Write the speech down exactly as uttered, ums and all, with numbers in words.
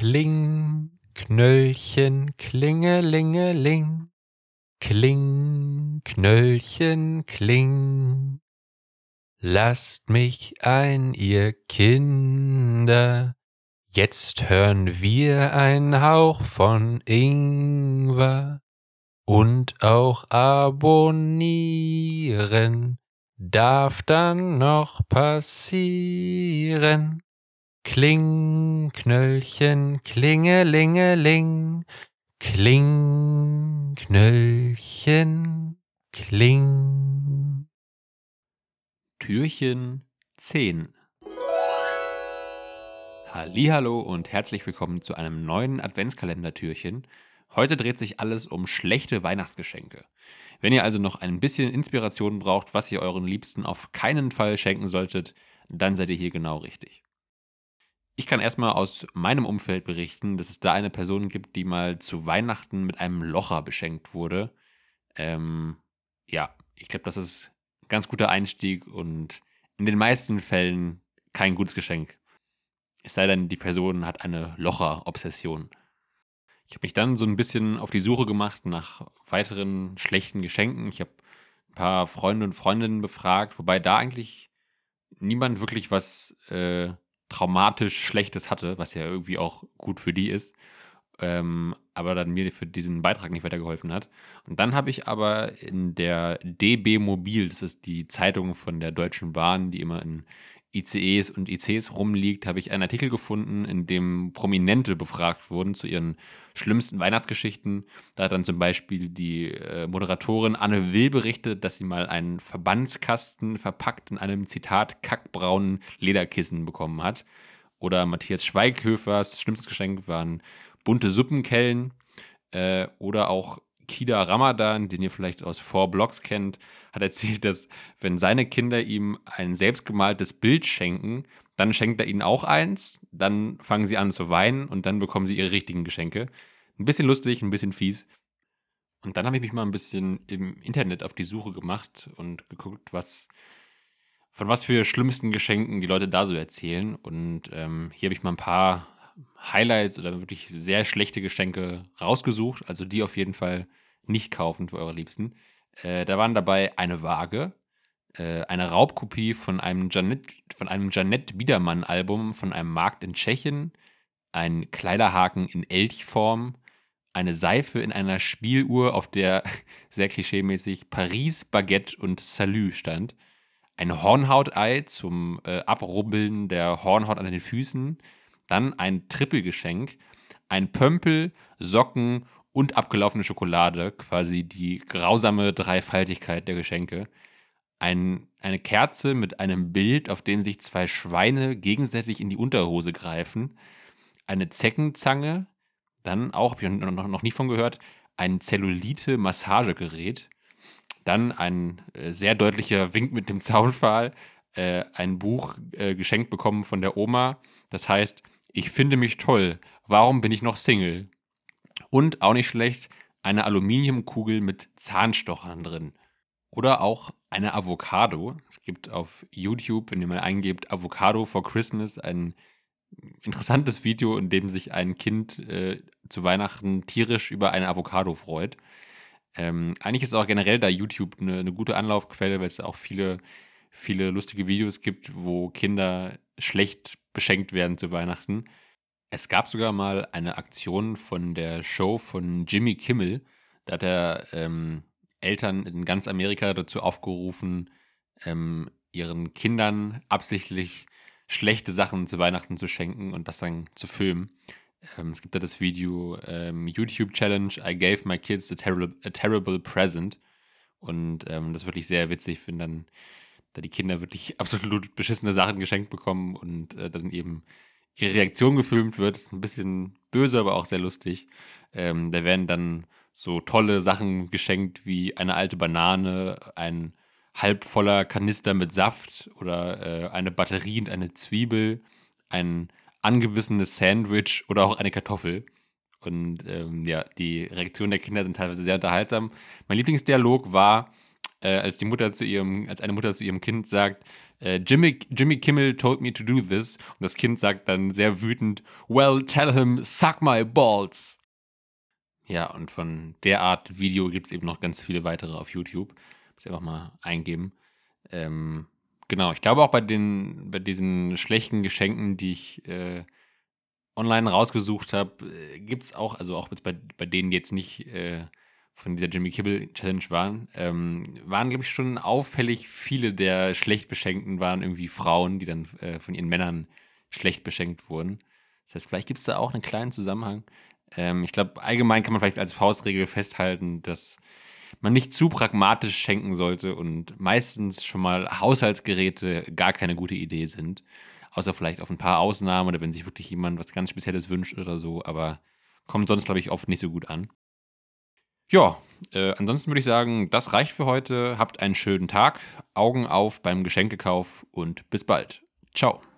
Kling, Knöllchen, klingelingeling. Kling, Knöllchen, kling. Lasst mich ein, ihr Kinder. Jetzt hören wir einen Hauch von Ingwer. Und auch abonnieren darf dann noch passieren. Kling, Knöllchen, klingelingeling. Kling, Knöllchen, kling. Türchen zehn. Hallihallo und herzlich willkommen zu einem neuen Adventskalender-Türchen. Heute dreht sich alles um schlechte Weihnachtsgeschenke. Wenn ihr also noch ein bisschen Inspiration braucht, was ihr euren Liebsten auf keinen Fall schenken solltet, dann seid ihr hier genau richtig. Ich kann erstmal aus meinem Umfeld berichten, dass es da eine Person gibt, die mal zu Weihnachten mit einem Locher beschenkt wurde. Ähm, ja, ich glaube, das ist ein ganz guter Einstieg und in den meisten Fällen kein gutes Geschenk. Es sei denn, die Person hat eine Locher-Obsession. Ich habe mich dann so ein bisschen auf die Suche gemacht nach weiteren schlechten Geschenken. Ich habe ein paar Freunde und Freundinnen befragt, wobei da eigentlich niemand wirklich was äh, traumatisch Schlechtes hatte, was ja irgendwie auch gut für die ist, ähm, aber dann mir für diesen Beitrag nicht weitergeholfen hat. Und dann habe ich aber in der D B Mobil, das ist die Zeitung von der Deutschen Bahn, die immer in I C Es und I Cs rumliegt, habe ich einen Artikel gefunden, in dem Prominente befragt wurden zu ihren schlimmsten Weihnachtsgeschichten. Da hat dann zum Beispiel die äh, Moderatorin Anne Will berichtet, dass sie mal einen Verbandskasten verpackt in einem, Zitat, kackbraunen Lederkissen bekommen hat. Oder Matthias Schweighöfers schlimmstes Geschenk waren bunte Suppenkellen. Äh, oder auch Kida Ramadan, den ihr vielleicht aus Four Blocks kennt, hat erzählt, dass wenn seine Kinder ihm ein selbstgemaltes Bild schenken, dann schenkt er ihnen auch eins, dann fangen sie an zu weinen und dann bekommen sie ihre richtigen Geschenke. Ein bisschen lustig, ein bisschen fies. Und dann habe ich mich mal ein bisschen im Internet auf die Suche gemacht und geguckt, was von was für schlimmsten Geschenken die Leute da so erzählen. Und ähm, hier habe ich mal ein paar Highlights oder wirklich sehr schlechte Geschenke rausgesucht. Also die auf jeden Fall nicht kaufen für eure Liebsten. Äh, da waren dabei eine Waage, äh, eine Raubkopie von einem Janet, von einem Janet Biedermann-Album von einem Markt in Tschechien, ein Kleiderhaken in Elchform, eine Seife in einer Spieluhr, auf der sehr klischeemäßig Paris, Baguette und Salü stand, ein Hornhautei zum äh, Abrubbeln der Hornhaut an den Füßen, dann ein Trippelgeschenk, ein Pömpel, Socken und abgelaufene Schokolade, quasi die grausame Dreifaltigkeit der Geschenke. Ein, eine Kerze mit einem Bild, auf dem sich zwei Schweine gegenseitig in die Unterhose greifen, eine Zeckenzange, dann auch, habe ich noch, noch, noch nie von gehört, ein Zellulite-Massagegerät, dann ein äh, sehr deutlicher Wink mit dem Zaunpfahl, äh, ein Buch äh, geschenkt bekommen von der Oma, das heißt, ich finde mich toll, warum bin ich noch Single? Und auch nicht schlecht, eine Aluminiumkugel mit Zahnstochern drin. Oder auch eine Avocado. Es gibt auf YouTube, wenn ihr mal eingebt, Avocado for Christmas, ein interessantes Video, in dem sich ein Kind äh, zu Weihnachten tierisch über eine Avocado freut. Ähm, eigentlich ist auch generell da YouTube eine, eine gute Anlaufquelle, weil es auch viele, viele lustige Videos gibt, wo Kinder schlecht beschenkt werden zu Weihnachten. Es gab sogar mal eine Aktion von der Show von Jimmy Kimmel. Da hat er ähm, Eltern in ganz Amerika dazu aufgerufen, ähm, ihren Kindern absichtlich schlechte Sachen zu Weihnachten zu schenken und das dann zu filmen. Ähm, es gibt da das Video ähm, YouTube Challenge, I gave my kids a terrible, a terrible present. Und ähm, das ist wirklich sehr witzig, wenn dann da die Kinder wirklich absolut beschissene Sachen geschenkt bekommen und äh, dann eben ihre Reaktion gefilmt wird. Ist ein bisschen böse, aber auch sehr lustig. Ähm, da werden dann so tolle Sachen geschenkt wie eine alte Banane, ein halb voller Kanister mit Saft oder äh, eine Batterie und eine Zwiebel, ein angebissenes Sandwich oder auch eine Kartoffel. Und ähm, ja, die Reaktionen der Kinder sind teilweise sehr unterhaltsam. Mein Lieblingsdialog war, äh, als die Mutter zu ihrem, als eine Mutter zu ihrem Kind sagt, äh, Jimmy, Jimmy Kimmel told me to do this. Und das Kind sagt dann sehr wütend, well, tell him, suck my balls. Ja, und von der Art Video gibt es eben noch ganz viele weitere auf YouTube. Muss ich einfach mal eingeben. Ähm, genau, ich glaube auch bei den, bei diesen schlechten Geschenken, die ich äh, online rausgesucht habe, äh, gibt es auch, also auch jetzt bei, bei denen, die jetzt nicht äh, von dieser Jimmy Kimmel Challenge waren, ähm, waren, glaube ich, schon auffällig viele der schlecht Beschenkten waren irgendwie Frauen, die dann äh, von ihren Männern schlecht beschenkt wurden. Das heißt, vielleicht gibt es da auch einen kleinen Zusammenhang. Ähm, ich glaube, allgemein kann man vielleicht als Faustregel festhalten, dass man nicht zu pragmatisch schenken sollte und meistens schon mal Haushaltsgeräte gar keine gute Idee sind. Außer vielleicht auf ein paar Ausnahmen oder wenn sich wirklich jemand was ganz Spezielles wünscht oder so, aber kommt sonst, glaube ich, oft nicht so gut an. Ja, äh, ansonsten würde ich sagen, das reicht für heute. Habt einen schönen Tag, Augen auf beim Geschenkekauf und bis bald. Ciao.